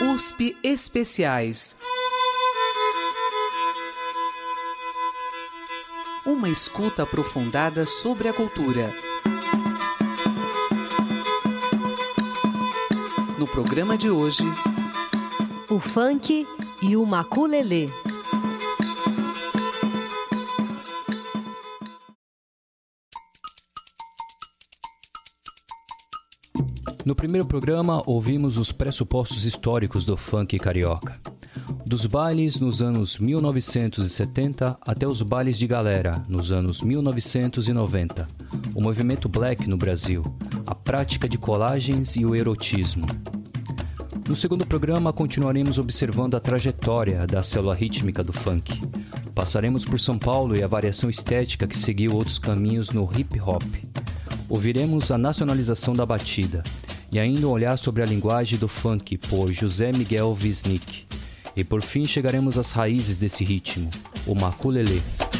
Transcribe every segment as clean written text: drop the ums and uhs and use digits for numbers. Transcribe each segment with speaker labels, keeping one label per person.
Speaker 1: USP Especiais. Uma escuta aprofundada sobre a cultura. No programa de hoje,
Speaker 2: o funk e o maculelê.
Speaker 3: No primeiro programa, ouvimos os pressupostos históricos do funk carioca. Dos bailes nos anos 1970 até os bailes de galera nos anos 1990. O movimento black no Brasil, a prática de colagens e o erotismo. No segundo programa, continuaremos observando a trajetória da célula rítmica do funk. Passaremos por São Paulo e a variação estética que seguiu outros caminhos no hip hop. Ouviremos a nacionalização da batida e ainda um olhar sobre a linguagem do funk por José Miguel Wisnik. E por fim chegaremos às raízes desse ritmo, o maculelê.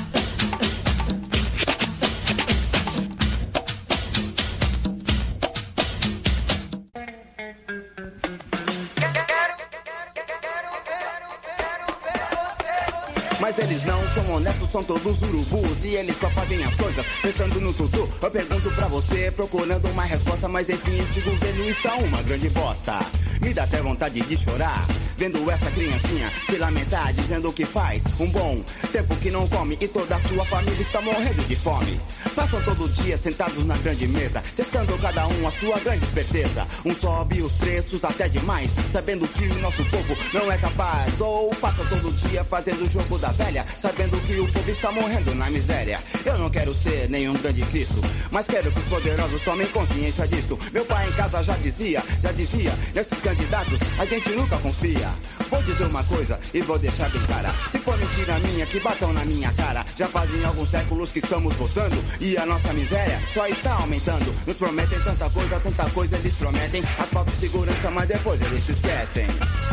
Speaker 4: Mas eles não são honestos, são todos urubus e eles só fazem as coisas pensando no tutu. Eu pergunto pra você, procurando uma resposta, mas enfim, esse governo está uma grande bosta. Me dá até vontade de chorar, vendo essa criancinha se lamentar, dizendo que faz um bom tempo que não come e toda a sua família está morrendo de fome. Passam todo dia sentados na grande mesa, testando cada um a sua grande esperteza. Um sobe os preços até demais, sabendo que o nosso povo não é capaz. Ou passa todo dia fazendo o jogo da velha, sabendo que o povo está morrendo na miséria. Eu não quero ser nenhum grande Cristo, mas quero que os poderosos tomem consciência disso. Meu pai em casa já dizia, nesses candidatos a gente nunca confia. Vou dizer uma coisa e vou deixar bem clara, se for mentira minha, que batam na minha cara. Já fazem alguns séculos que estamos votando e a nossa miséria só está aumentando. Nos prometem tanta coisa eles prometem. Asfalto e segurança, mas depois eles se esquecem.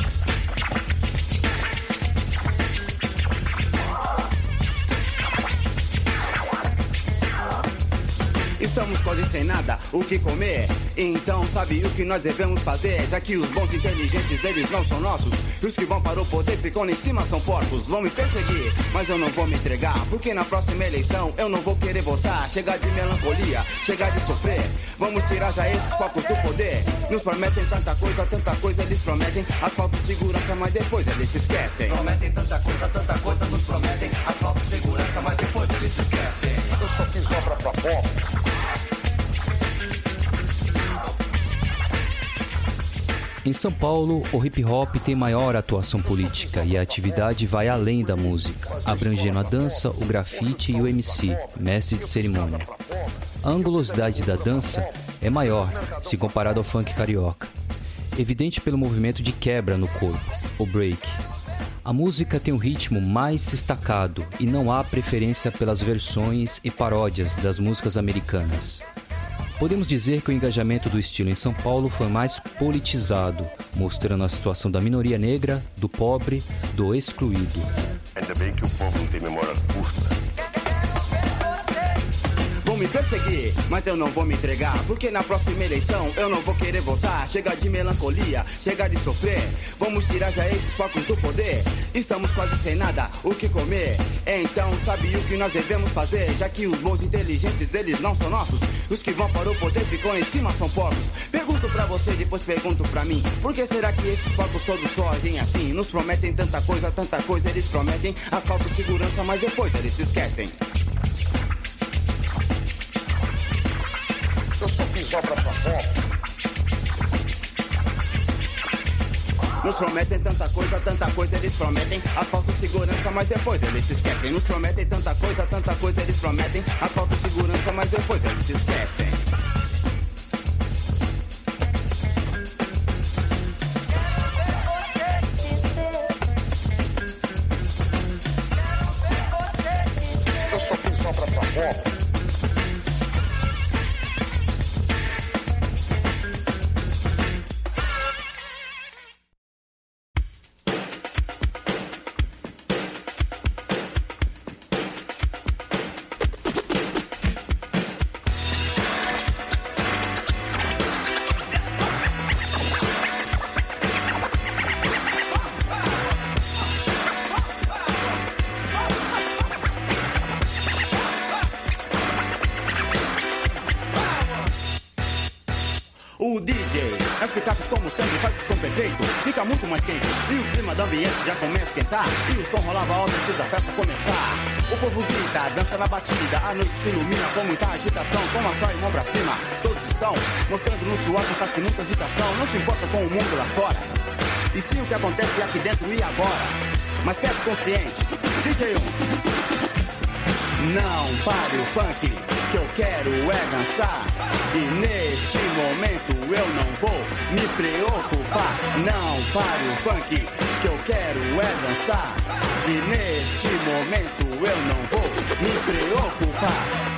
Speaker 4: Estamos quase sem nada, o que comer? Então sabe o que nós devemos fazer? Já que os bons inteligentes, eles não são nossos, e os que vão para o poder ficam lá em cima são porcos. Vão me perseguir, mas eu não vou me entregar, porque na próxima eleição eu não vou querer votar. Chega de melancolia, chega de sofrer, vamos tirar já esses focos do poder. Nos prometem tanta coisa eles prometem. Asfalto e segurança, mas depois eles se esquecem. Prometem tanta coisa, nos prometem. Asfalto e segurança, mas depois eles se esquecem. Eu só fiz obra pra fome.
Speaker 3: Em São Paulo, o hip hop tem maior atuação política e a atividade vai além da música, abrangendo a dança, o grafite e o MC, mestre de cerimônia. A angulosidade da dança é maior se comparado ao funk carioca, evidente pelo movimento de quebra no corpo, o break. A música tem um ritmo mais destacado e não há preferência pelas versões e paródias das músicas americanas. Podemos dizer que o engajamento do estilo em São Paulo foi mais politizado, mostrando a situação da minoria negra, do pobre, do excluído.
Speaker 5: Ainda bem que o povo não tem memória curta.
Speaker 4: Vão me perseguir, mas eu não vou me entregar, porque na próxima eleição eu não vou querer votar. Chega de melancolia, chega de sofrer, vamos tirar já esses focos do poder. Estamos quase sem nada, o que comer? Então sabe o que nós devemos fazer? Já que os bons inteligentes, eles não são nossos, os que vão para o poder ficam em cima são porcos. Pergunto pra você, depois pergunto pra mim, por que será que esses focos todos só agem assim? Nos prometem tanta coisa eles prometem. Asfalto e segurança, mas depois eles se esquecem. Eu só fiz obra pra fora. Nos prometem tanta coisa eles prometem. Asfalto e segurança, mas depois eles se esquecem. Nos prometem tanta coisa eles prometem. Asfalto e segurança, mas depois eles se esquecem. Eu só fiz obra pra fora. DJ. As picapes como sempre faz o som perfeito, fica muito mais quente e o clima do ambiente já começa a esquentar. E o som rolava alto antes da festa começar. O povo grita, dança na batida, a noite se ilumina com muita agitação, com a sua mão pra cima. Todos estão mostrando no suor que faz muita agitação, não se importa com o mundo lá fora, e sim o que acontece aqui dentro e agora. Mas peço consciente, DJ 1. Não pare o funk, que eu quero é dançar. E neste momento eu não vou me preocupar. Não pare o funk, que eu quero é dançar. E neste momento eu não vou me preocupar.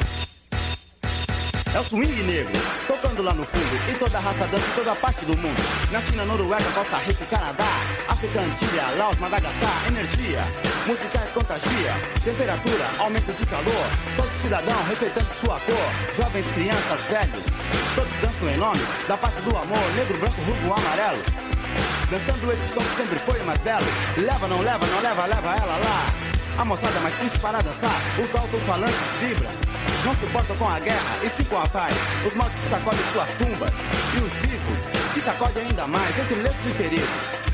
Speaker 4: É o swing negro, tocando lá no fundo, e toda a raça dança em toda parte do mundo. Na China, Noruega, Costa Rica e Canadá, África, Antilha, Laos, Madagascar, energia, música contagia, temperatura, aumento de calor, todo cidadão respeitando sua cor, jovens, crianças, velhos, todos dançam em nome da parte do amor, negro, branco, ruivo, amarelo. Dançando esse som que sempre foi mais belo, leva, não leva, não leva, leva ela lá. A moçada mais triste para dançar, os alto-falantes vibram, não se importam com a guerra e sim com a paz. Os mortos se sacodem suas tumbas e os vivos se sacodem ainda mais entre lesos e feridos.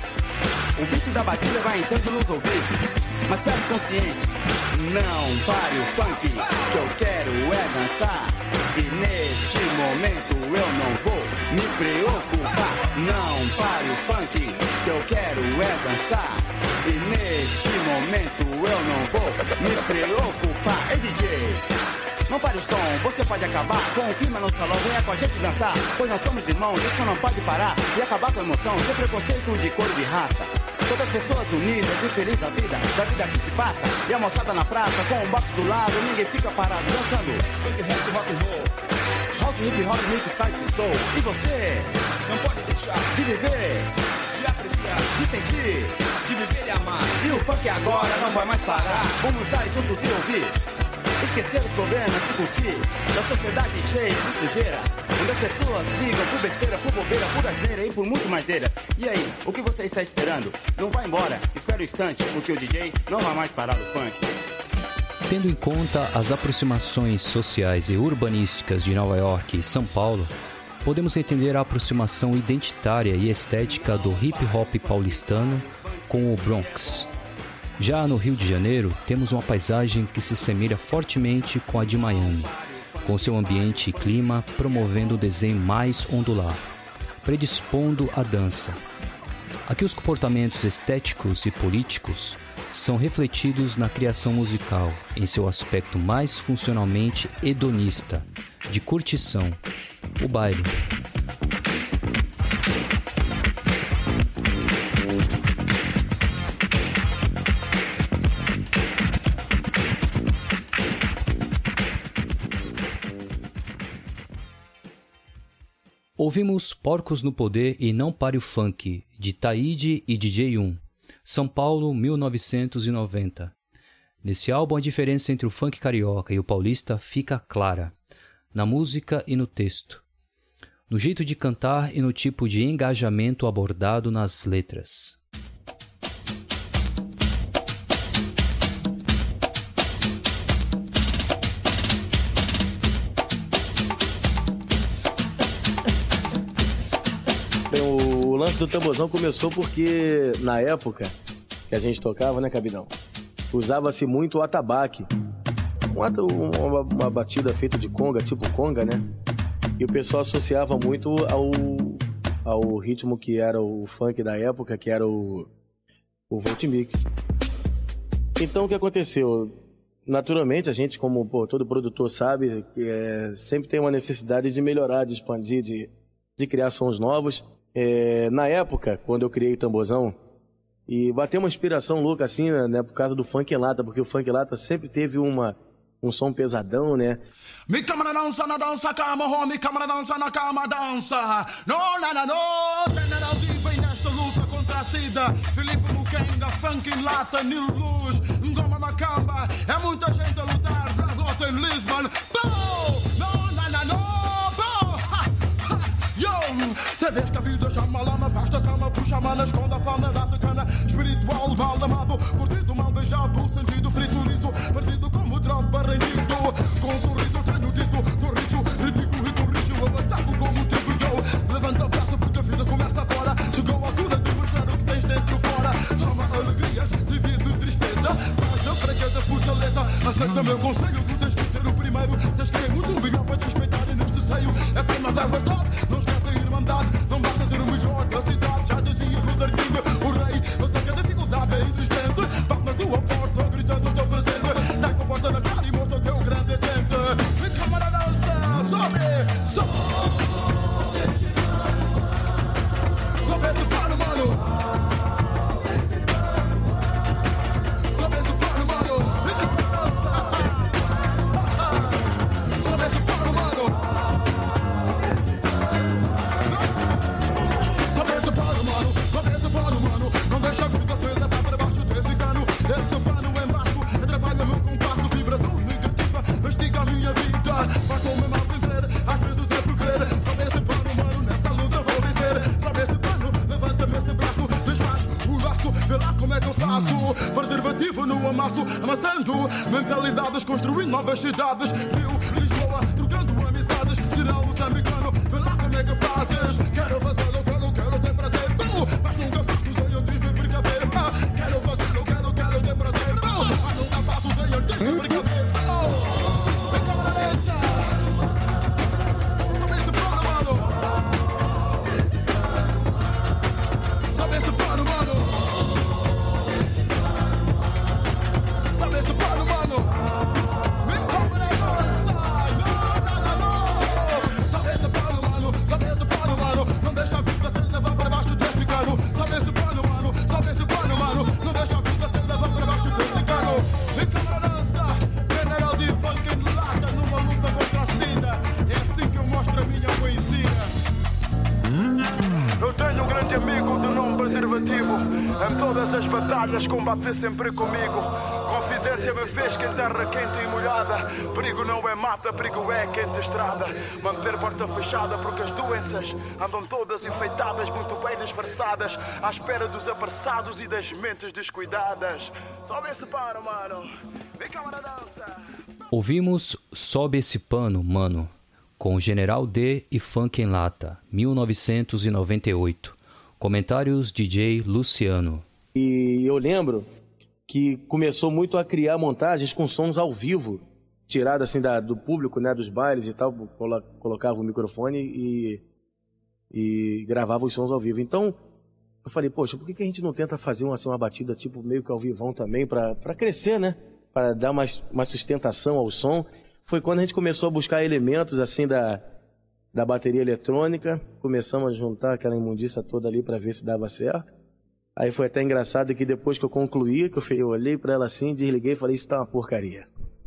Speaker 4: O beat da batida vai entrando nos ouvidos, mas peço consciente, não pare o funk, que eu quero é dançar. E neste momento eu não vou me preocupar. Não pare o funk, que eu quero é dançar. E neste momento eu não vou me preocupar. Ei, DJ, não pare o som, você pode acabar com o clima no salão, venha com a gente dançar, pois nós somos irmãos, isso não pode parar e acabar com a emoção, sem preconceito de cor e de raça. Todas as pessoas unidas e felizes da vida que se passa, e a moçada na praça, com o box do lado, ninguém fica parado dançando. Funk, rap, rock and roll, house, hip hop, mix, side, soul. E você não pode deixar de viver, de apreciar, de sentir, de viver e amar. E o funk agora não vai mais parar, vamos usar juntos e ouvir. Esquecer os problemas e curtir da sociedade cheia de sujeira, onde as pessoas brigam por besteira, por bobeira, por asneira e por muito mais deira. E aí, o que você está esperando? Não vai embora, espera um instante, porque o DJ não vai mais parar o funk.
Speaker 3: Tendo em conta as aproximações sociais e urbanísticas de Nova York e São Paulo, podemos entender a aproximação identitária e estética do hip-hop paulistano com o Bronx. Já no Rio de Janeiro, temos uma paisagem que se assemelha fortemente com a de Miami, com seu ambiente e clima promovendo o desenho mais ondular, predispondo a dança. Aqui os comportamentos estéticos e políticos são refletidos na criação musical, em seu aspecto mais funcionalmente hedonista, de curtição, o baile. Ouvimos Porcos no Poder e Não Pare o Funk, de Taíde e DJ 1, São Paulo, 1990. Nesse álbum, a diferença entre o funk carioca e o paulista fica clara, na música e no texto, no jeito de cantar e no tipo de engajamento abordado nas letras.
Speaker 6: O lance do tamborzão começou porque, na época que a gente tocava, né, Cabidão? Usava-se muito o atabaque. Uma batida feita de conga, tipo conga, né? E o pessoal associava muito ao ritmo que era o funk da época, que era o Volt Mix. Então, o que aconteceu? Naturalmente, a gente, como todo produtor sabe, sempre tem uma necessidade de melhorar, de expandir, de criar sons novos. Na época, quando eu criei o tamborzão, e bateu uma inspiração louca assim, né, por causa do funk lata, porque o funk lata sempre teve um som pesadão, né?
Speaker 7: Me câmara dança na dança, cama, homem, câmara dança na cama, dança. Não, general vem nesta luta contra a SIDA. Felipe Mukenga, funk lata, New Luz, Ngoma Macamba. É muita gente a lutar, Dragota em Lisbon. Tem vez que a vida chama lama, vasta cama, puxa mana, esconda a fauna da cana. Espiritual, mal amado, curtido, mal beijado, sentido frito, liso, partido como tropa, rendido. Com um sorriso tenho dito, corrijo, ridículo e corrijo, eu ataco como tipo eu. Levanta Aceita meu conselho, tu tens que ser o primeiro. Tens que ter muito melhor para te respeitarem neste seio. É feio, mas é verdade, não esquece a irmandade. Não basta ser o melhor da cidade. Já dizia Luther King, o rei. Eu sei que a dificuldade é insistente. Bate na tua porta, gritando estou presente. Dá com a porta na cara e mostra o teu grande dente. Vem camarada, dança, sobe, sobe. Sobe esse plano, mano. Preservativo no amasso, amassando mentalidades, construindo novas cidades. Rio, Lisboa, trocando amizades. Sinal moçambicano, vê lá como é que fazes. Quero fazê-lo, quero ter prazer. Mas nunca faço sem antes de brincadeira. Quero fazê-lo, quero ter prazer. Mas nunca faço sem antes de brincadeira. Vem cá, Vanessa. Sobe esse plano, mano. Sobe esse plano, mano.
Speaker 8: Em todas as batalhas combate sempre comigo. Confidência me fez que em terra quente e molhada. Perigo não é mata, perigo é quente estrada. Manter porta fechada porque as doenças andam todas enfeitadas, muito bem disfarçadas, à espera dos apressados e das mentes descuidadas. Sobe esse pano, mano. Vem cá, na dança.
Speaker 3: Ouvimos Sobe Esse Pano, Mano, com o General D e Funk em Lata, 1998. Comentários DJ Luciano.
Speaker 6: E eu lembro que começou muito a criar montagens com sons ao vivo, tirado assim do público, né, dos bailes e tal, colocava o microfone e gravava os sons ao vivo. Então eu falei, poxa, por que a gente não tenta fazer uma batida tipo meio que ao vivão também, para crescer, né, para dar uma sustentação ao som. Foi quando a gente começou a buscar elementos assim da bateria eletrônica, começamos a juntar aquela imundícia toda ali para ver se dava certo. Aí foi até engraçado que depois que eu concluí, eu olhei para ela assim, desliguei e falei, isso tá uma porcaria.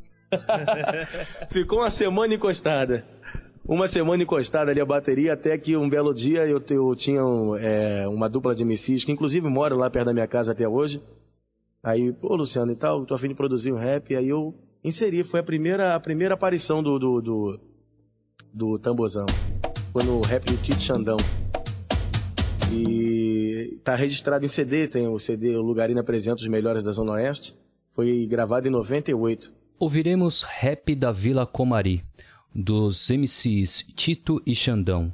Speaker 6: Ficou uma semana encostada ali a bateria, até que um belo dia eu tinha uma dupla de MCs, que inclusive moram lá perto da minha casa até hoje. Aí, pô, Luciano e tal, tô a fim de produzir um rap, aí eu inseri, foi a primeira aparição do Tambozão. Foi no rap do Tite Xandão. E tá registrado em CD, tem o CD Lugarina apresenta os melhores da Zona Oeste. Foi gravado em 98.
Speaker 3: Ouviremos Rap da Vila Comari, dos MCs Tito e Xandão,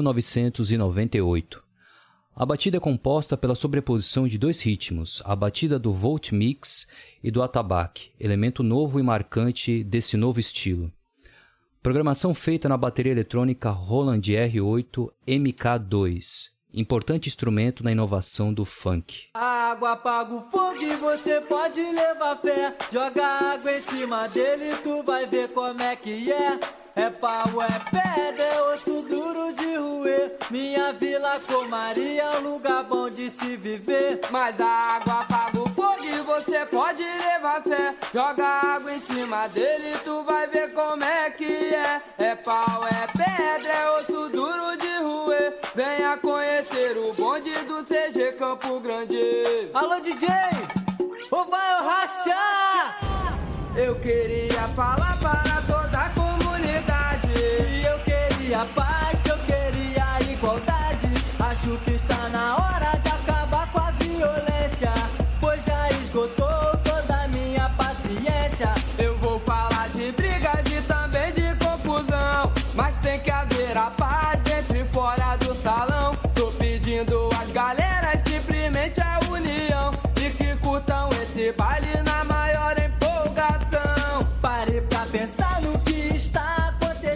Speaker 3: 1998. A batida é composta pela sobreposição de dois ritmos, a batida do Volt Mix e do atabaque, elemento novo e marcante desse novo estilo. Programação feita na bateria eletrônica Roland R8 MK2, importante instrumento na inovação do funk.
Speaker 9: A água apaga o fogo e você pode levar fé. Joga água em cima dele, tu vai ver como é que é. É pau, é pedra, é osso duro de roer. Minha Vila Comari é um lugar bom de se viver.
Speaker 10: Mas a água apaga o fogo e você pode levar fé. Joga água em cima dele, tu vai ver como é que é. É pau, é pedra, é osso duro de roer. Venha conhecer o bonde do CG Campo Grande.
Speaker 9: Alô DJ, ou vai eu rachar?
Speaker 10: Eu queria falar para toda a comunidade.
Speaker 9: E eu queria paz, que eu queria igualdade. Acho que está na hora de acabar com a violência, pois já esgotou toda a minha paciência.
Speaker 10: Eu vou falar de brigas e também de confusão, mas tem que haver a paz dentro e fora do salão. Tô pedindo às galeras simplesmente a união e que curtam esse baile na maior empolgação.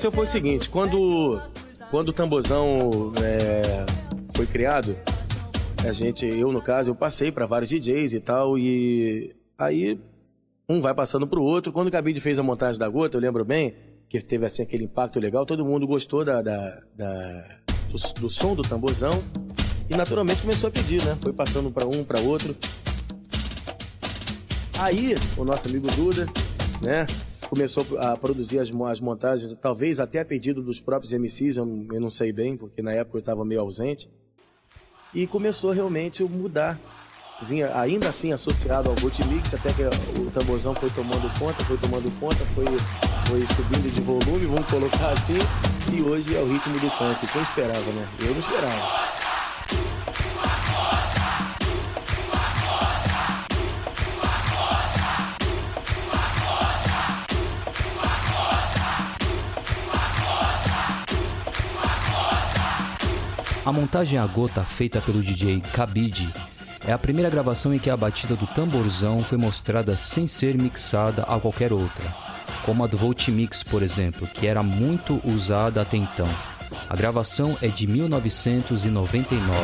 Speaker 6: aconteceu foi o seguinte, quando o Tamborzão foi criado, eu no caso, eu passei para vários DJs e tal, e aí um vai passando pro outro. Quando o Cabide fez a montagem da Gota, eu lembro bem que teve assim aquele impacto legal, todo mundo gostou do som do Tamborzão e naturalmente começou a pedir, né? Foi passando para um, para outro. Aí o nosso amigo Duda, né, começou a produzir as montagens, talvez até a pedido dos próprios MCs, eu não sei bem, porque na época eu estava meio ausente, e começou realmente a mudar. Vinha ainda assim associado ao Volt Mix, até que o Tamborzão foi tomando conta, foi subindo de volume, vamos colocar assim, e hoje é o ritmo do funk. Quem esperava, né? Eu não esperava.
Speaker 3: A montagem à gota feita pelo DJ Cabide é a primeira gravação em que a batida do Tamborzão foi mostrada sem ser mixada a qualquer outra, como a do Volt Mix, por exemplo, que era muito usada até então. A gravação é de 1999.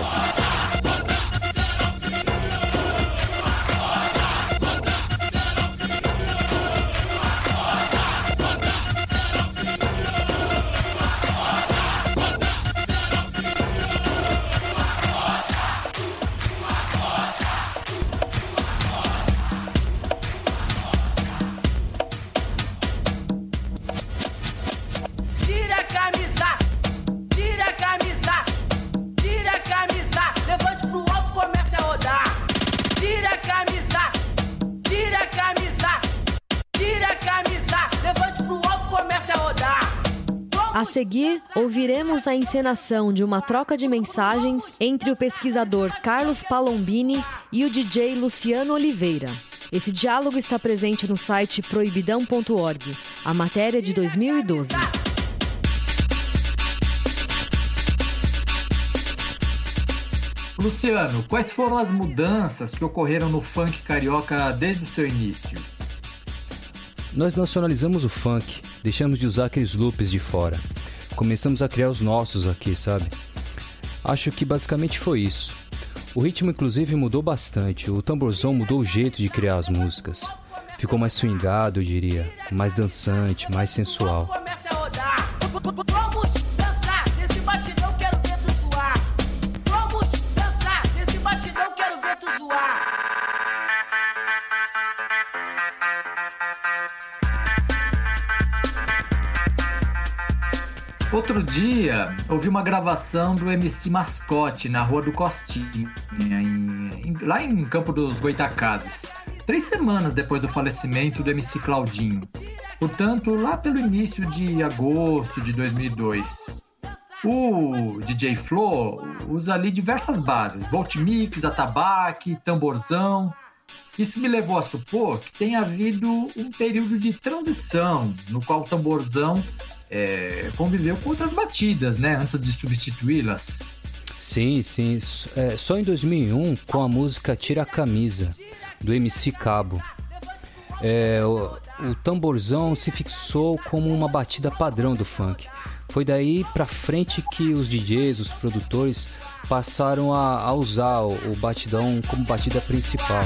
Speaker 2: A seguir, ouviremos a encenação de uma troca de mensagens entre o pesquisador Carlos Palombini e o DJ Luciano Oliveira. Esse diálogo está presente no site proibidão.org, a matéria de 2012.
Speaker 11: Luciano, quais foram as mudanças que ocorreram no funk carioca desde o seu início?
Speaker 3: Nós nacionalizamos o funk, deixamos de usar aqueles loops de fora. Começamos a criar os nossos aqui, sabe? Acho que basicamente foi isso. O ritmo inclusive mudou bastante, o Tamborzão mudou o jeito de criar as músicas. Ficou mais swingado, eu diria, mais dançante, mais sensual.
Speaker 12: Vamos dançar nesse batidão, quero ver tu suar. Vamos dançar nesse batidão, quero ver tu suar.
Speaker 11: Outro dia, ouvi uma gravação do MC Mascote na Rua do Costinha, lá em Campo dos Goitacazes, 3 semanas depois do falecimento do MC Claudinho. Portanto, lá pelo início de agosto de 2002. O DJ Flo usa ali diversas bases, Volt Mix, atabaque, tamborzão. Isso me levou a supor que tem havido um período de transição, no qual o tamborzão conviveu com outras batidas, né, antes de substituí-las.
Speaker 3: Sim. Só em 2001, com a música Tira a Camisa, do MC Cabo. O tamborzão se fixou como uma batida padrão do funk. Foi daí pra frente que os DJs, os produtores, passaram a usar o batidão como batida principal.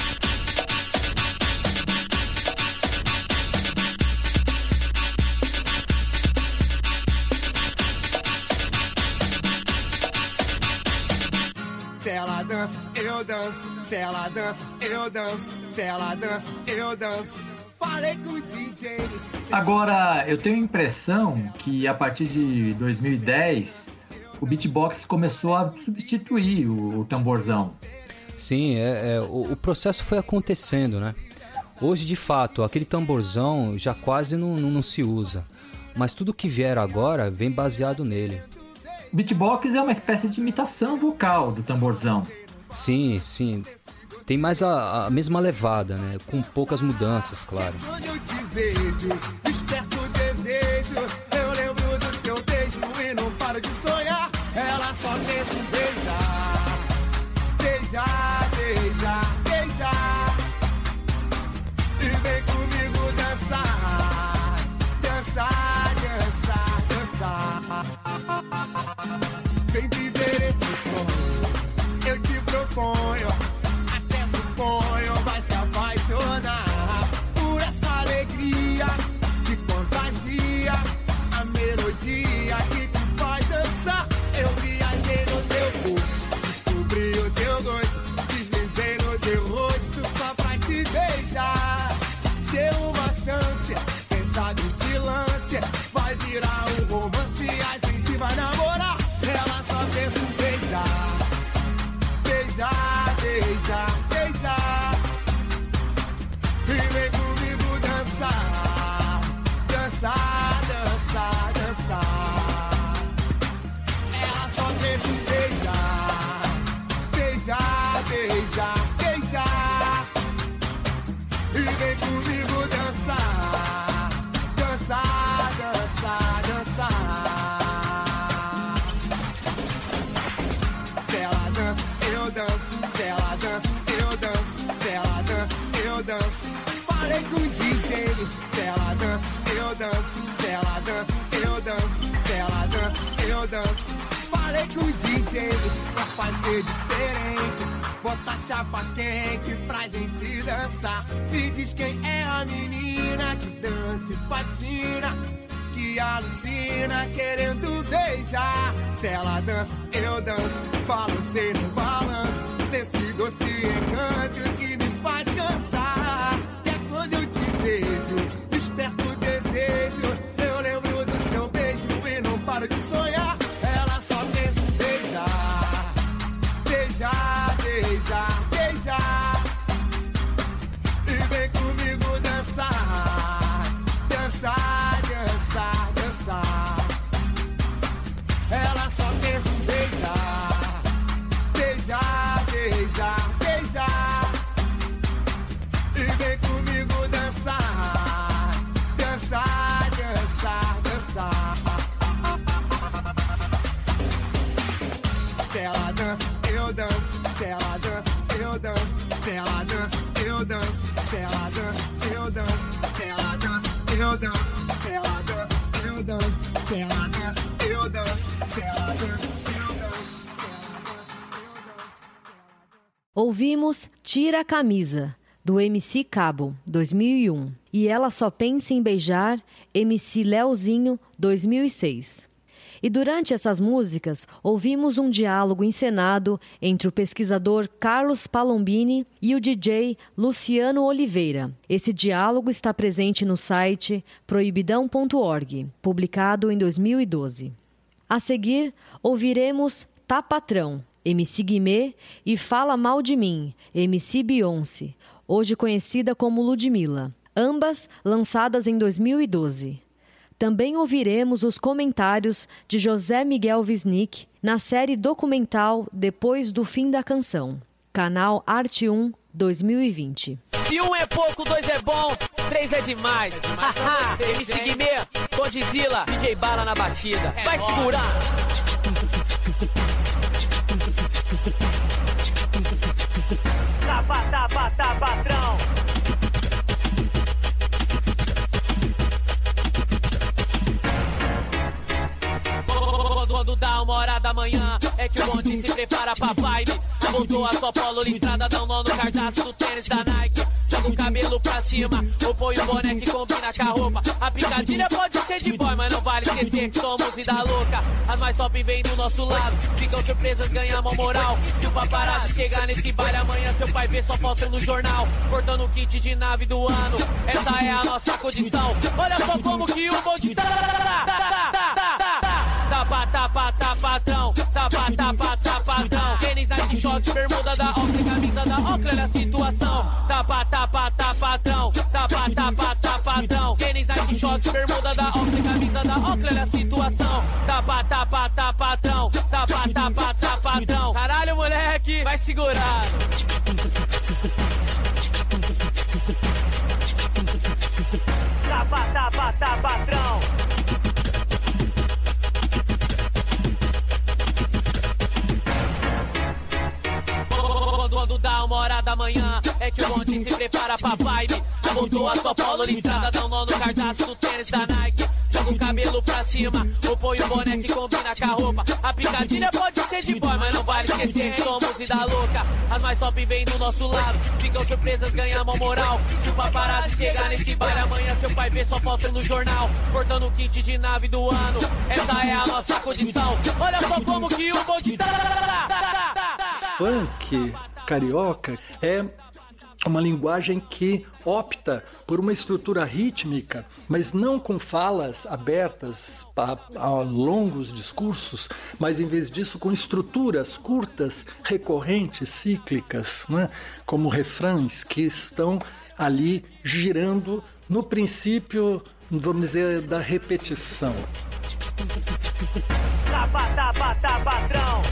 Speaker 13: Se ela dança, eu danço. Se ela dança, eu danço. Se ela dança, eu danço. Falei com o DJ.
Speaker 11: Agora, eu tenho a impressão que a partir de 2010, o beatbox começou a substituir o tamborzão.
Speaker 3: Sim, o processo foi acontecendo, né? Hoje, de fato, aquele tamborzão já quase não se usa. Mas tudo que vier agora vem baseado nele.
Speaker 11: Beatbox é uma espécie de imitação vocal do tamborzão.
Speaker 3: Sim. Tem mais a mesma levada, né? Com poucas mudanças, claro.
Speaker 13: Quando eu te vejo, desperto o desejo. Eu lembro do seu beijo e não paro de sonhar. Ela só pensa em beijar. Beijar, beijar, beijar. E vem comigo dançar. Dançar, dançar. dança, eu danço. Se ela dança, eu danço. Se ela dança, eu danço. Falei com o DJ pra fazer diferente, botar chapa quente pra gente dançar. Me diz quem é a menina que dança e fascina, que alucina querendo beijar. Se ela dança, eu danço. Balancei no balanço desse doce encanto que me faz cantar. Que é quando eu te vejo, desperto o desejo. Eu lembro do seu beijo e não paro de sonhar. Ela só pensa em beijar, beijar, beijar, beijar. E vem comigo dançar, dançar, dançar, dançar. Ela só pensa em beijar, beijar, beijar, beijar. E vem comigo dançar, dançar, dançar, dançar. Se ela dança, eu danço. Se ela dança, eu danço. Se ela dança, eu danço. Se ela dança, eu danço. Se ela dança, eu danço. Se ela dança, eu danço. Se ela dança, eu danço. Se ela dança, eu danço.
Speaker 2: Ouvimos Tira a Camisa, do MC Cabo, 2001. E Ela Só Pensa em Beijar, MC Leozinho, 2006. E durante essas músicas, ouvimos um diálogo encenado entre o pesquisador Carlos Palombini e o DJ Luciano Oliveira. Esse diálogo está presente no site proibidão.org, publicado em 2012. A seguir, ouviremos Tá Patrão, MC Guimê, e Fala Mal de Mim, MC Beyoncé, hoje conhecida como Ludmilla, ambas lançadas em 2012. Também ouviremos os comentários de José Miguel Wisnik na série documental Depois do Fim da Canção, canal Arte 1 2020.
Speaker 14: Se 1 é pouco, 2 é bom, 3 é demais. MC Guimê, Godzilla, DJ Bala na batida. Vai segurar! Tá patrão. Quando dá 1h da manhã, é que o bonde se prepara pra vibe. Voltou a sua polo listrada, dá um nó no cardápio do tênis da Nike. Joga o cabelo pra cima, ou põe o boné que combina com a roupa. A picadilha pode ser de boy, mas não vale esquecer que somos vida louca. As mais top vêm do nosso lado, ficam surpresas, ganhamos moral. Se o paparazzi chegar nesse baile amanhã, seu pai vê só falta no jornal. Cortando o kit de nave do ano, essa é a nossa condição. Olha só como que o bonde tá patrão, tá patrão. Tênis, Nike, shorts, bermuda da Oakley, camisa da Oakley, olha a situação. Tá patrão, tá patrão. Tênis, Nike, shorts, bermuda da Oakley, camisa da Oakley, olha a situação. Tá patrão, tá patrão. Caralho, moleque, vai segurar. Tá patrão. Quando dá 1h da manhã, é que o bonde se prepara pra vibe. Voltou a sua polo listrada, dá um nó no cardápio do tênis da Nike. Joga o cabelo pra cima, ou põe o boné que combina com a roupa. A picadilha pode ser de boy, mas não vale esquecer que somos vida louca. As mais top vêm do nosso lado, ficam surpresas, ganhamos moral. Se o paparazzi chegar nesse baile amanhã, seu pai vê só falta no jornal. Cortando o kit de nave do ano, essa é a nossa condição. Olha só como que o bonde
Speaker 15: Funk carioca é uma linguagem que opta por uma estrutura rítmica, mas não com falas abertas a longos discursos, mas em vez disso com estruturas curtas, recorrentes, cíclicas, né? Como refrães que estão ali girando no princípio, vamos dizer, da repetição.
Speaker 14: Tá patrão.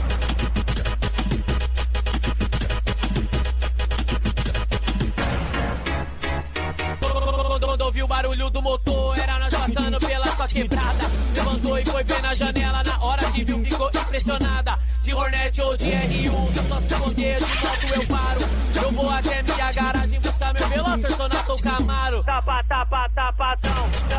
Speaker 14: Quando ouviu o barulho do motor, era nós passando pela sua quebrada. Levantou e foi ver na janela, na hora que viu ficou impressionada. De Hornet ou de R1, eu só se esconder, de moto eu paro. Eu vou até minha garagem buscar meu Veloster, Sonata ou Camaro. Tá patrão,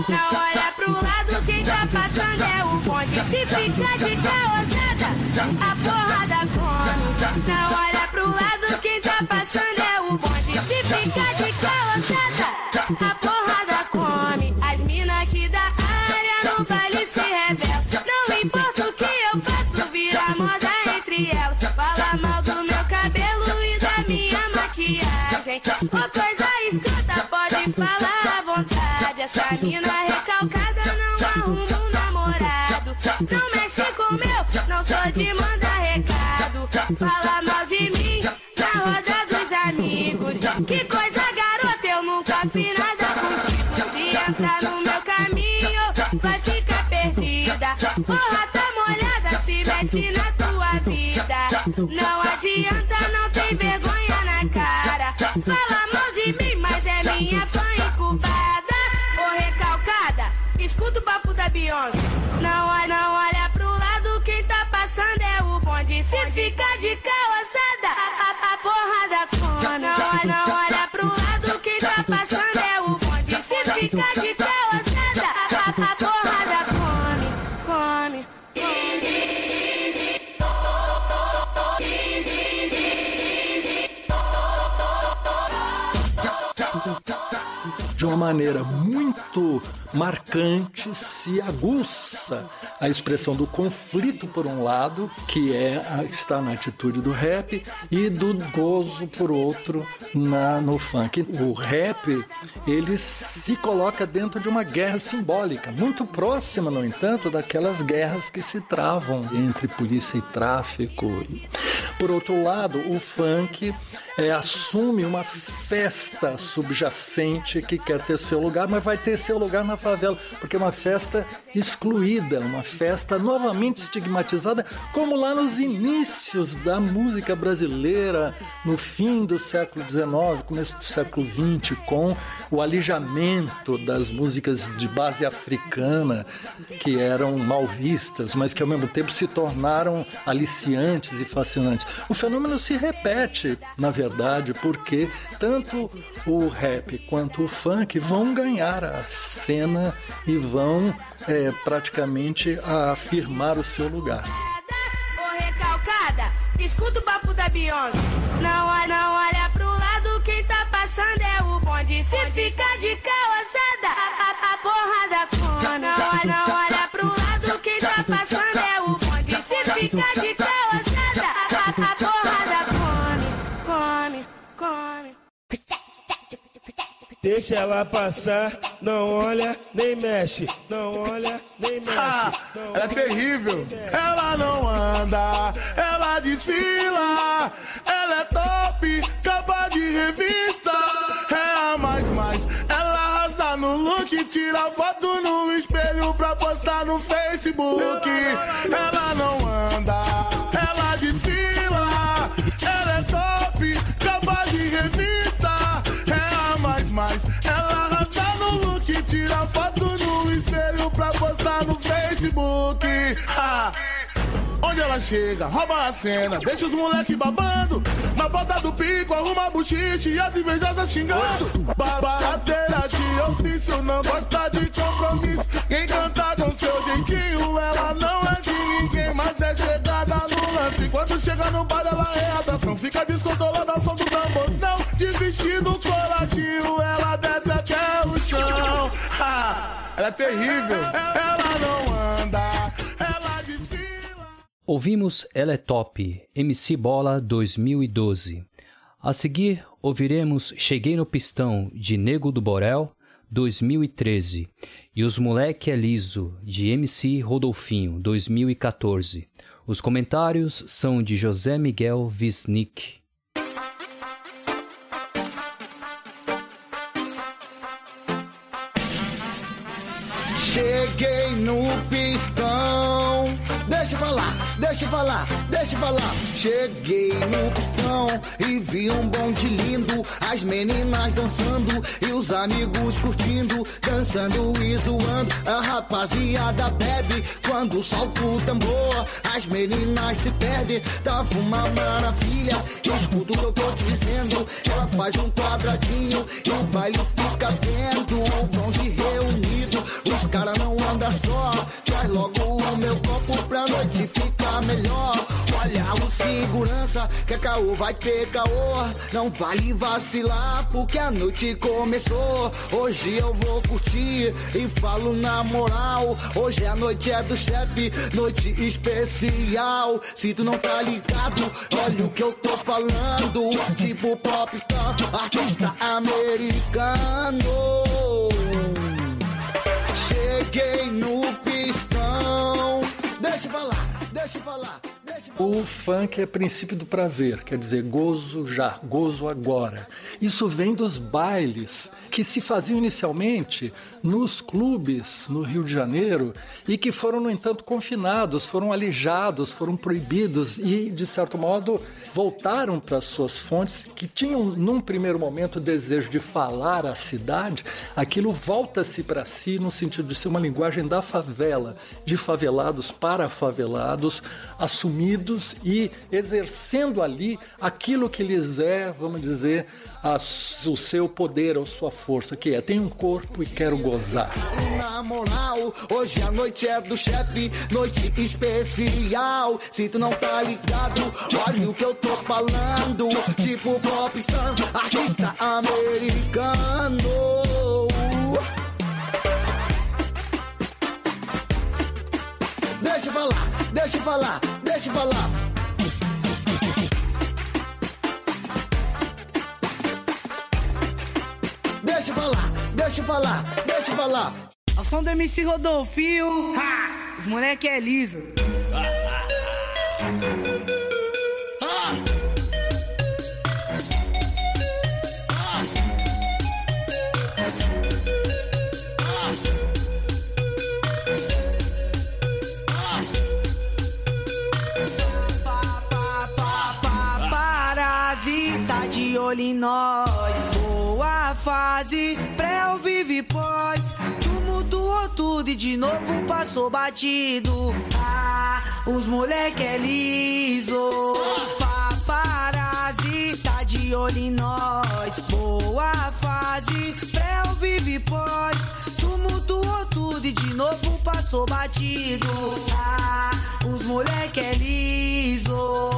Speaker 16: Não olha pro lado, quem tá passando é o bonde. Se fica de caosada, a porrada come. Não olha pro lado, quem tá passando é o bonde. Se fica de caosada, a porrada come. As mina aqui da área no baile se revelam. Não importa o que eu faço, vira moda entre elas. Fala mal do meu cabelo e da minha maquiagem. Ô coisa escrota, pode falar à vontade. Essa mina recalcada não arruma um namorado. Não mexe com o meu, não sou de mandar recado. Fala mal de mim na roda dos amigos. Que coisa garota, eu nunca fiz nada contigo. Se entrar no meu caminho, vai ficar perdida. Porra, tá molhada, se mete na tua vida. Não adianta, não tem vergonha na cara. Fala mal de mim, mas é minha fã incubada. Ô recalcada, escuta o papo da Beyoncé. Não olha pro lado, quem tá passando é o bonde. Se fica de caosada, a porrada come. Não olha pro lado, quem tá passando é o bonde. Se fica de caosada, a porrada come.
Speaker 15: De uma maneira muito marcante se aguça a expressão do conflito por um lado, que está na atitude do rap, e do gozo por outro no funk. O rap, ele se coloca dentro de uma guerra simbólica, muito próxima, no entanto, daquelas guerras que se travam entre polícia e tráfico. Por outro lado, o funk assume uma festa subjacente que quer ter seu lugar, mas vai ter seu lugar na favela, porque é uma festa excluída, uma festa novamente estigmatizada, como lá nos inícios da música brasileira, no fim do século XIX, começo do século XX, com o alijamento das músicas de base africana, que eram mal vistas, mas que ao mesmo tempo se tornaram aliciantes e fascinantes. O fenômeno se repete, na verdade, porque tanto o rap quanto o funk vão ganhar a cena e vão praticamente afirmar o seu lugar.
Speaker 16: Ô recalcada, escuta o papo da Beyoncé. Não olha pro lado, quem tá passando é o bonde. Se fica de caosada, a porrada come. Não olha pro lado, quem tá passando é o bonde. Se fica de caosada, a porrada come.
Speaker 17: Deixa ela passar, não olha nem mexe, não olha nem mexe.
Speaker 7: Ela é terrível. Ela não anda, ela desfila. Ela é top, capa de revista. É a mais, ela arrasa no look. Tira foto no espelho pra postar no Facebook. Ela não anda, ela desfila. Ela é top, capa de revista. Ela arrasa no look, tira foto no espelho pra postar no Facebook. Onde ela chega, rouba a cena, deixa os moleque babando. Na ponta do pico, arruma buchiche e as invejosas xingando. Barateira de ofício, não gosta de compromisso. Quem canta com seu jeitinho, ela não é de ninguém, mas é chegada no lance. Quando chega no bar, ela é atração. Fica descontrolada ao som do tamborzão. De vestido coladinho, ela desce até o chão. Ela é terrível, ela não anda, ela desfila.
Speaker 3: Ouvimos Ela é Top, MC Bola 2012. A seguir, ouviremos Cheguei no Pistão, de Nego do Borel, 2013. E Os Moleque é Liso, de MC Rodolfinho, 2014. Os comentários são de José Miguel Wisnik.
Speaker 13: Cheguei no pistão. Deixa eu falar. Cheguei no pistão e vi um bonde lindo. As meninas dançando e os amigos curtindo, dançando e zoando. A rapaziada bebe quando solta o tambor. As meninas se perdem, tava uma maravilha. Escuta o que eu tô dizendo. Ela faz um quadradinho e o baile fica vendo. O bonde reunido, só, traz logo o meu copo pra noite ficar melhor. Olha o segurança, que é caô, vai ter caô. Não vale vacilar, porque a noite começou. Hoje eu vou curtir e falo na moral. Hoje a noite é do chefe, noite especial. Se tu não tá ligado, olha o que eu tô falando. Tipo popstar, artista americano. Cheguei no pistão. Deixa eu falar, deixa eu falar.
Speaker 15: O funk é princípio do prazer, quer dizer, gozo já, gozo agora. Isso vem dos bailes que se faziam inicialmente nos clubes no Rio de Janeiro e que foram, no entanto, confinados, foram alijados, foram proibidos e, de certo modo, voltaram para suas fontes que tinham, num primeiro momento, o desejo de falar à cidade. Aquilo volta-se para si no sentido de ser uma linguagem da favela, de favelados para favelados, assumidos e exercendo ali aquilo que lhes é, vamos dizer, o seu poder, a sua força, que é, tenho um corpo e quero gozar.
Speaker 13: Na moral, hoje a noite é do chefe, noite especial. Se tu não tá ligado, olha o que eu tô falando. Tipo popstar, artista americano. Deixa eu falar, deixa eu falar, deixa eu falar. Deixa eu falar, deixa eu falar, deixa eu falar.
Speaker 18: Ao som do MC Rodolfinho, os moleque é liso. Parasita de olho em nós. Boa fase, pré ou vive pós. Tumultuou tudo e de novo passou batido. Os moleque é liso. Parasita de olho em nós. Boa fase, pré ou vive pós. Tumultuou tudo e de novo passou batido. Os moleque é liso.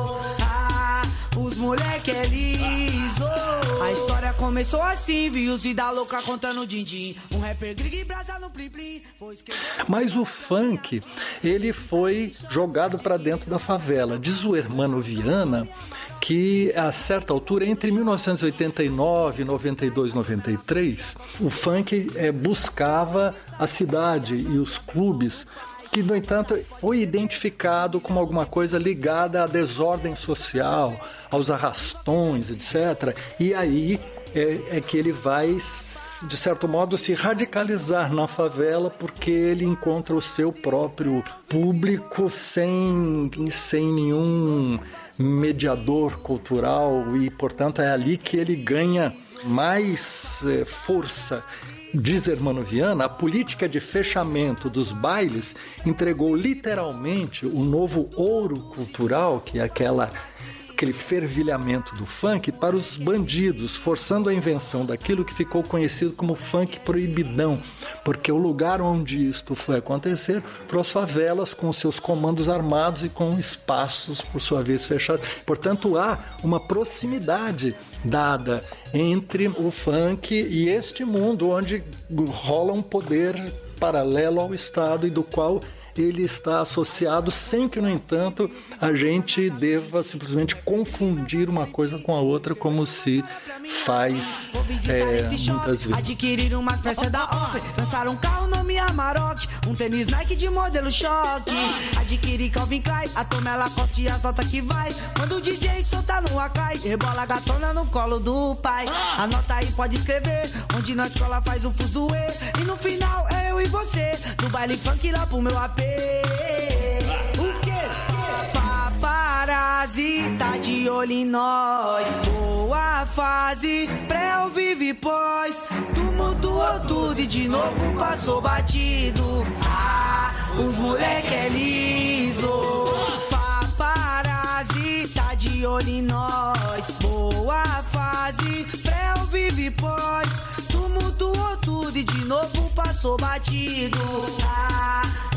Speaker 18: Os moleque é liso. A história começou assim, vi os vida louca contando din-din. Um rapper grig brasa no plim-plim.
Speaker 15: Mas o funk, ele foi jogado para dentro da favela. Diz o Hermano Viana que a certa altura, entre 1989, 92, 93, o funk buscava a cidade e os clubes, que, no entanto, foi identificado como alguma coisa ligada à desordem social, aos arrastões, etc. E aí é que ele vai, de certo modo, se radicalizar na favela, porque ele encontra o seu próprio público sem nenhum mediador cultural e, portanto, é ali que ele ganha mais força. Diz Hermano Viana, a política de fechamento dos bailes entregou literalmente o novo ouro cultural, que é aquele fervilhamento do funk, para os bandidos, forçando a invenção daquilo que ficou conhecido como funk proibidão, porque o lugar onde isto foi acontecer foram as favelas com seus comandos armados e com espaços, por sua vez, fechados. Portanto, há uma proximidade dada entre o funk e este mundo onde rola um poder paralelo ao Estado e do qual ele está associado, sem que, no entanto, a gente deva simplesmente confundir uma coisa com a outra, como se faz muitas vezes.
Speaker 18: Adquiriram umas peças da Oakley, lançaram um carro nome Amarok, um tênis Nike de modelo choque. Adquiri Calvin Klein, a toma Lacoste e as notas que vai. Quando o DJ solta no Akai, rebola a gatona no colo do pai. Anota aí, pode escrever, onde na escola faz um fuzuê. E no final é eu e você, no baile funk lá pro meu AP. O quê? Parasita de olho em nós. Boa fase, pré ou vive pós. Tumultuou tudo e de novo passou batido. Os moleque é liso. Parasita de olho em nós. Boa fase, pré ou vive pós. Tumultuou tudo e de novo passou batido.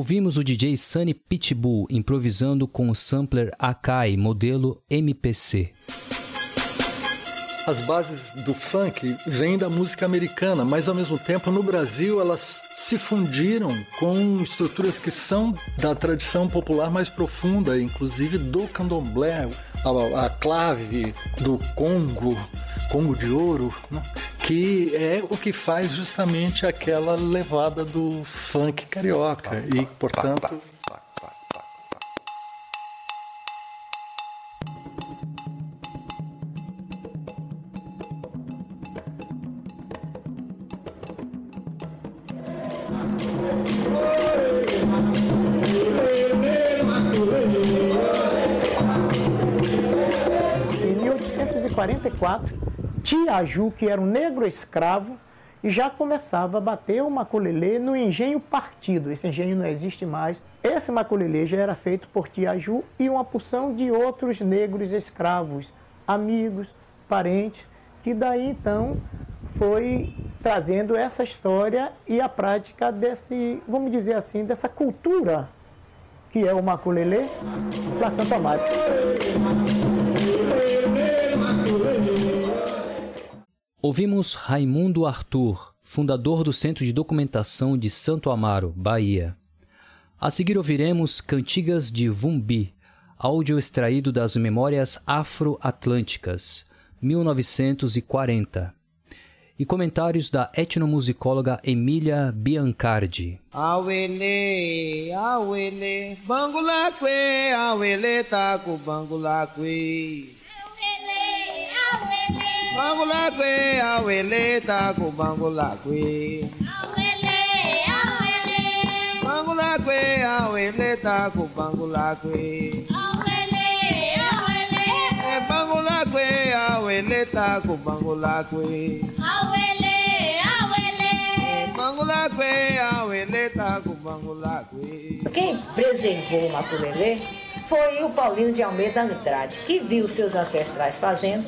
Speaker 3: Ouvimos o DJ Sunny Pitbull improvisando com o sampler Akai modelo MPC.
Speaker 15: As bases do funk vêm da música americana, mas ao mesmo tempo no Brasil elas se fundiram com estruturas que são da tradição popular mais profunda, inclusive do candomblé, a clave do Congo de ouro, né? Que é o que faz justamente aquela levada do funk carioca e, portanto...
Speaker 1: Em 1844, Tia Ju, que era um negro escravo, e já começava a bater o maculelê no engenho partido. Esse engenho não existe mais. Esse maculelê já era feito por Tia Ju e uma porção de outros negros escravos, amigos, parentes, que daí então foi trazendo essa história e a prática desse, vamos dizer assim, dessa cultura que é o maculelê para Santo Amaro.
Speaker 3: Ouvimos Raimundo Arthur, fundador do Centro de Documentação de Santo Amaro, Bahia. A seguir ouviremos Cantigas de Vumbi, áudio extraído das Memórias Afro-Atlânticas, 1940. E comentários da etnomusicóloga Emília Biancardi.
Speaker 19: Awele, awele, bangulaque, awele taco, bangulaque. Bangulaque, awele taco, bangulaque. Bangulaque, awele taco, bangulaque. Bangulaque, awele taco, bangulaque.
Speaker 20: Quem preservou o maculelê foi o Paulino de Almeida Andrade, que viu seus ancestrais fazendo,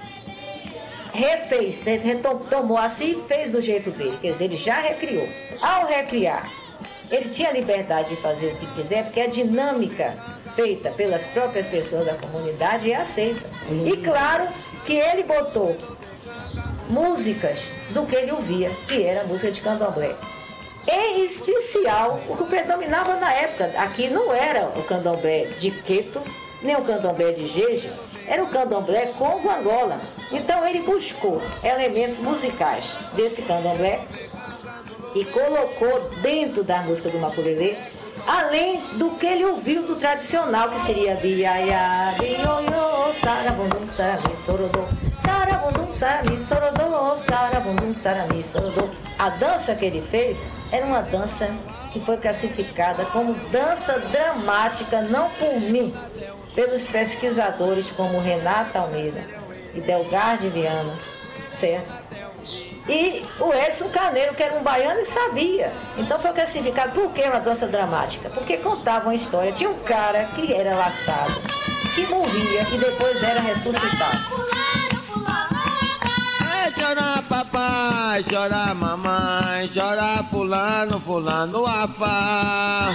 Speaker 20: refez, retomou assim e fez do jeito dele, quer dizer, ele já recriou. Ao recriar, ele tinha liberdade de fazer o que quiser, porque a dinâmica feita pelas próprias pessoas da comunidade é aceita. E claro que ele botou músicas do que ele ouvia, que era a música de candomblé. Em especial, o que predominava na época, aqui não era o candomblé de Queto, nem o candomblé de Jeje, era o candomblé Congo-Angola. Então ele buscou elementos musicais desse candomblé e colocou dentro da música do maculelê, além do que ele ouviu do tradicional, que seria biaiá, bioiô, sarabundum, sarami, sorodô, sarabundum, sarami, sorodô, sarabundum, sarami, sorodô. A dança que ele fez era uma dança que foi classificada como dança dramática, não por mim, pelos pesquisadores como Renata Almeida e Delgarde Viana, certo? E o Edson Carneiro, que era um baiano e sabia. Então foi classificado. Por que uma dança dramática? Porque contava uma história. Tinha um cara que era laçado, que morria e depois era ressuscitado.
Speaker 19: Chora papai, chora mamãe, chora fulano, fulano afá.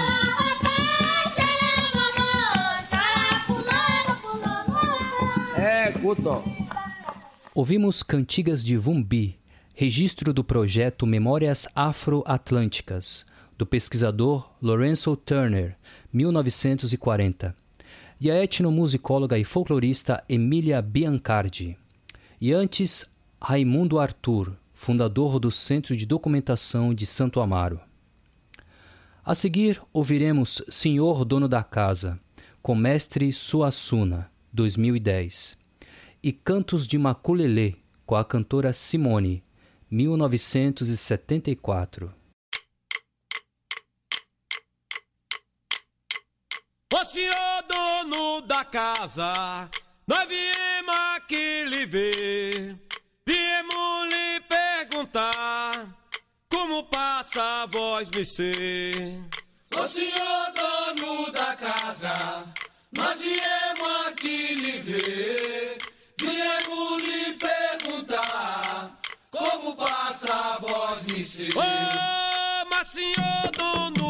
Speaker 19: É, Guto.
Speaker 3: Ouvimos Cantigas de Vumbi, registro do projeto Memórias Afro-Atlânticas, do pesquisador Lorenzo Turner, 1940, e a etnomusicóloga e folclorista Emília Biancardi. E antes, Raimundo Arthur, fundador do Centro de Documentação de Santo Amaro. A seguir, ouviremos Senhor Dono da Casa, com Mestre Suassuna, 2010, e Cantos de Maculelê, com a cantora Simone, 1974.
Speaker 17: Ô senhor dono da casa, nós viemos aqui lhe ver, viemos lhe perguntar como passa a voz me ser.
Speaker 21: Ô senhor dono da casa, nós viemos aqui lhe ver, viemos lhe perguntar como passa a voz me ser.
Speaker 17: Ô, mas senhor dono da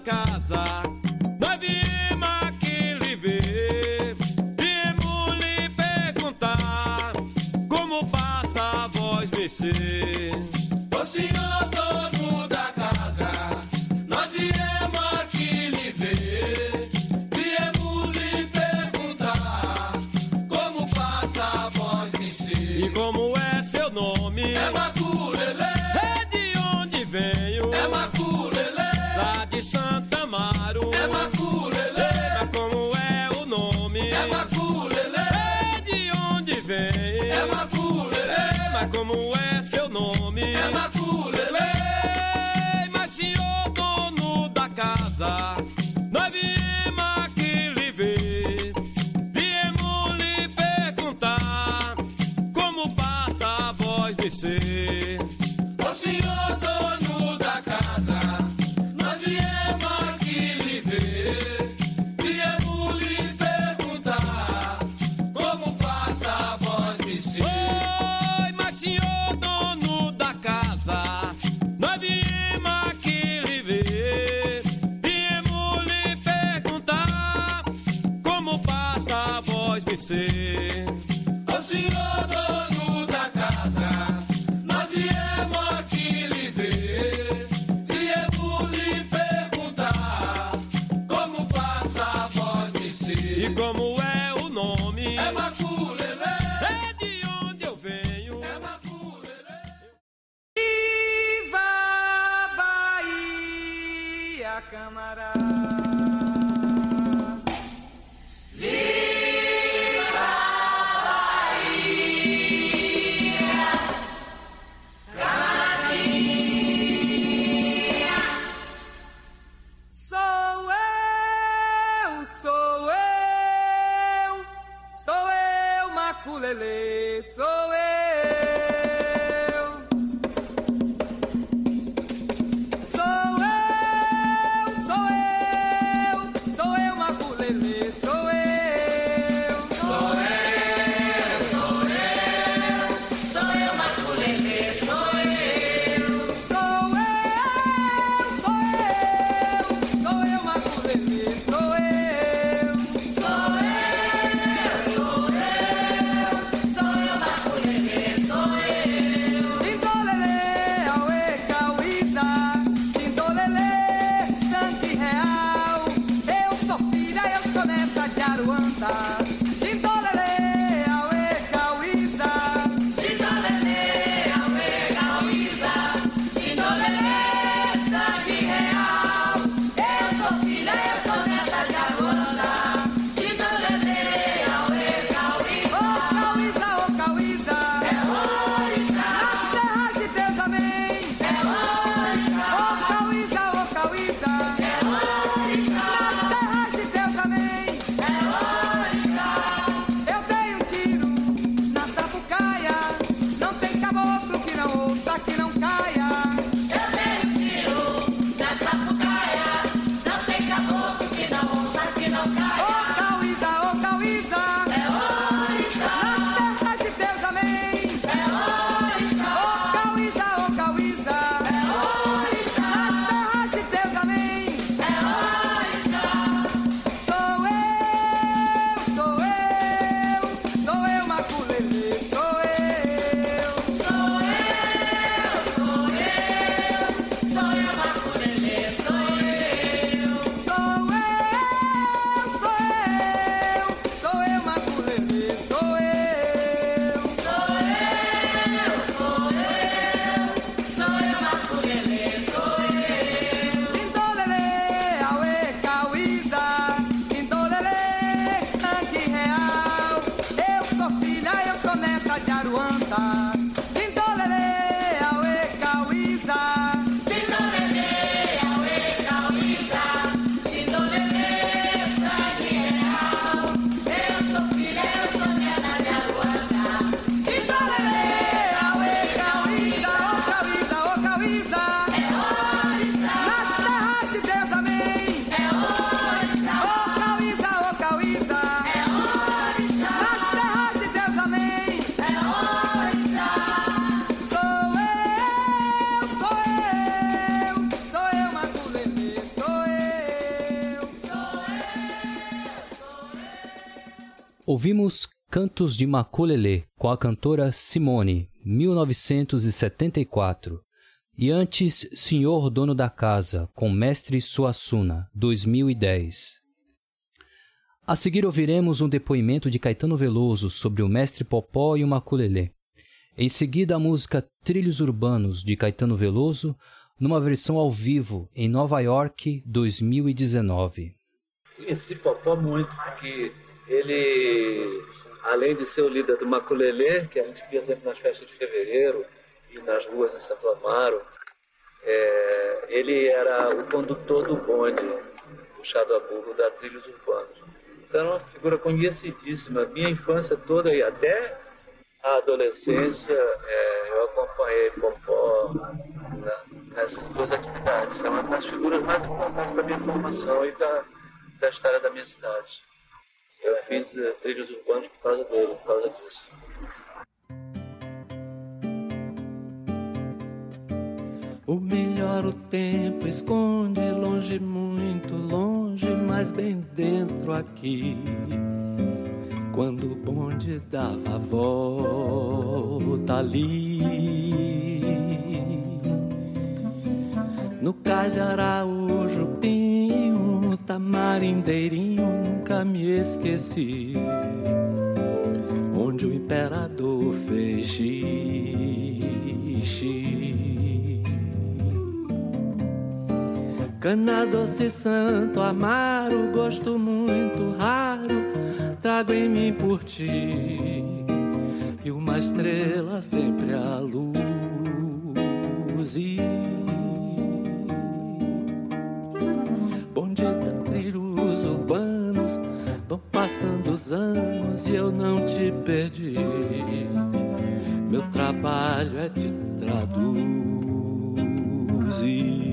Speaker 17: casa, nós viemos aqui lhe ver, viemos lhe perguntar como passa a voz mercê.
Speaker 21: Ô senhor dono da casa, nós viemos aqui lhe ver, viemos lhe perguntar como passa a voz mercê.
Speaker 17: E como é seu nome?
Speaker 21: É Maculelê.
Speaker 17: É de onde venho?
Speaker 21: É Maculelê.
Speaker 17: Lá de Santa Amaro.
Speaker 21: É Maculelê.
Speaker 17: Mas como é o nome?
Speaker 21: É Maculelê.
Speaker 17: É de onde vem?
Speaker 21: É Maculelê.
Speaker 17: Mas como é seu nome?
Speaker 21: É Maculelê.
Speaker 17: Mas senhor dono da casa, nós viemos aqui lhe ver, viemos lhe perguntar como passa a voz de ser.
Speaker 21: Ô senhor dono da casa, nós viemos aqui lhe ver, viemos lhe perguntar como passa a voz de ser.
Speaker 17: Oi, mas senhor dono da casa, nós viemos aqui lhe ver, viemos lhe perguntar como passa a voz de ser.
Speaker 21: Ô senhor dono da casa, nós viemos aqui lhe ver, viemos lhe perguntar como passa a voz de ser.
Speaker 17: E como é o nome?
Speaker 21: É Maculelê.
Speaker 17: É de onde eu venho.
Speaker 21: É Maculelê.
Speaker 18: Viva Bahia, camarada. Sou eu, Maculelê, sou eu. Sou eu, Maculelê, sou eu.
Speaker 21: Sou eu, Maculelê, sou eu.
Speaker 18: Sou eu, Maculelê, sou eu. Tindolelê, auê, cauíza, tindolelê, sangue real. Eu sou filha, eu sou neta de Aruanda. Tindolelê, auê, cauíza,
Speaker 21: Tindolelê, auê, cauíza, tindolelê, sangue real. Eu sou filha, eu sou neta de Aruanda. Tindolelê, auê, cauíza.
Speaker 18: ô cauíza,
Speaker 21: É orixá.
Speaker 18: nas terras de Deus, amém.
Speaker 21: É orixá.
Speaker 18: Ô cauíza,
Speaker 21: É orixá.
Speaker 18: nas terras de Deus, amém.
Speaker 21: É orixá.
Speaker 18: Eu dei um tiro na sapucaia, não tem caboclo que não ouça, que não caia.
Speaker 21: Eu dei um tiro na sapucaia, não tem caboclo que não ouça, que não caia.
Speaker 18: Ô cauíza,
Speaker 21: É orixá.
Speaker 18: nas terras de Deus, amém.
Speaker 21: É orixá.
Speaker 18: Ô cauíza,
Speaker 21: É orixá.
Speaker 18: nas terras de Deus, amém.
Speaker 21: É orixá.
Speaker 18: Sou eu, Maculelê, sou eu.
Speaker 21: Sou
Speaker 3: Ouvimos Cantos de Maculelê, com a cantora Simone, 1974. E antes, Senhor Dono da Casa, com Mestre Suassuna, 2010. A seguir ouviremos um depoimento de Caetano Veloso sobre o Mestre Popó e o maculelê. Em seguida, a música Trilhos Urbanos, de Caetano Veloso, numa versão ao vivo, em Nova York, 2019.
Speaker 4: Conheci Popó muito, porque ele, além de ser o líder do maculelê, que a gente via sempre nas festas de fevereiro e nas ruas em Santo Amaro, ele era o condutor do bonde, puxado a burro da Trilhos Urbanos. Então era uma figura conhecidíssima. Minha infância toda e até a adolescência eu acompanhei Popó nessas duas atividades. É uma das figuras mais importantes da minha formação e da história da minha cidade. Eu fiz Trilhos Urbanos por causa dele, por causa disso.
Speaker 5: O melhor o tempo esconde, longe, muito longe, mas bem dentro aqui. Quando o bonde dava a volta ali, no Cais de Araújo, Pinho, Tamarindeirinho, nunca me esqueci, onde o imperador fez xixi. Cana doce, Santo Amaro, gosto muito raro, trago em mim por ti, e uma estrela sempre a luz. Bonde da Trilhos Urbanos, vão passando os anos e eu não te perdi. Meu trabalho é te traduzir.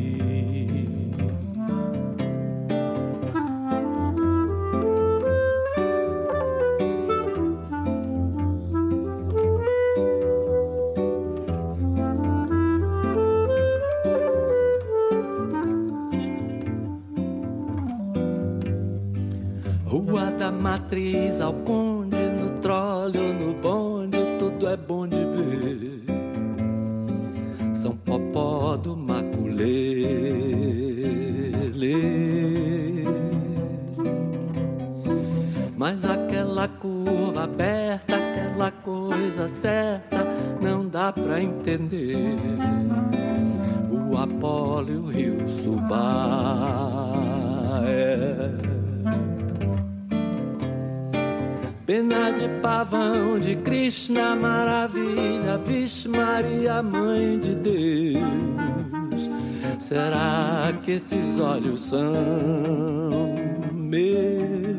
Speaker 5: Rua da Matriz ao Conde, no trole ou no bonde, tudo é bom de ver. São Popó do maculelê. Mas aquela curva aberta, aquela coisa certa, não dá pra entender. O Apolo e o Rio Subá pena de pavão de Krishna, maravilha, Vixe Maria, Mãe de Deus. Será que esses olhos são meus?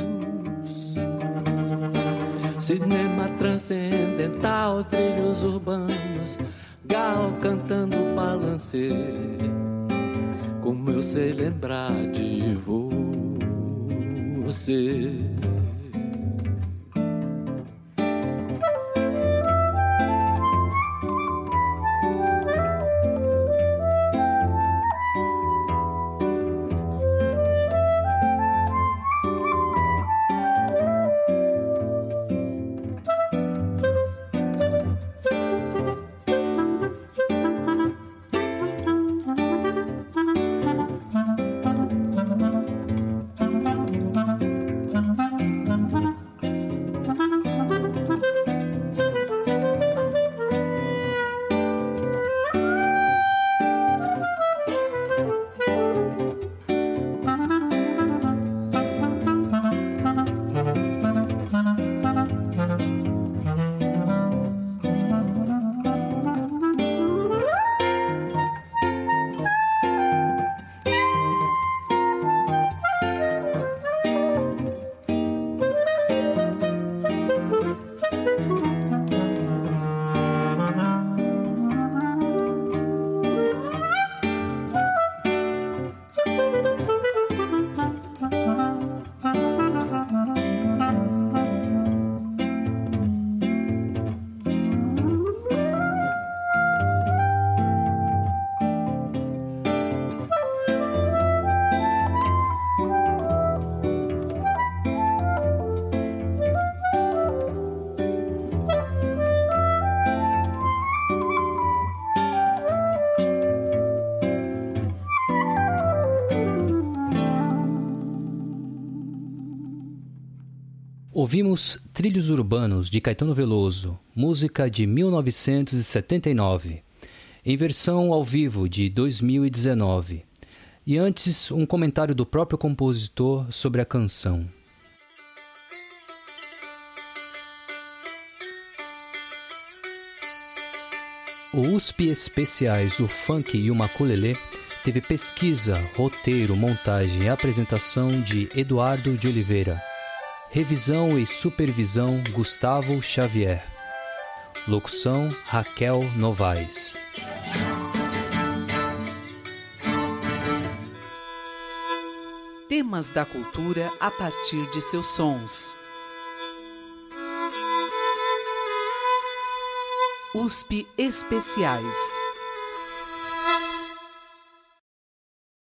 Speaker 5: Cinema transcendental, Trilhos Urbanos, Gal cantando balancê. Como eu sei lembrar de você.
Speaker 3: Ouvimos Trilhos Urbanos, de Caetano Veloso, música de 1979, em versão ao vivo de 2019. E antes, um comentário do próprio compositor sobre a canção. O USP Especiais, o Funk e o Maculelê teve pesquisa, roteiro, montagem e apresentação de Eduardo de Oliveira. Revisão e supervisão Gustavo Xavier. Locução Raquel Novaes.
Speaker 6: Temas da cultura a partir de seus sons. USP Especiais.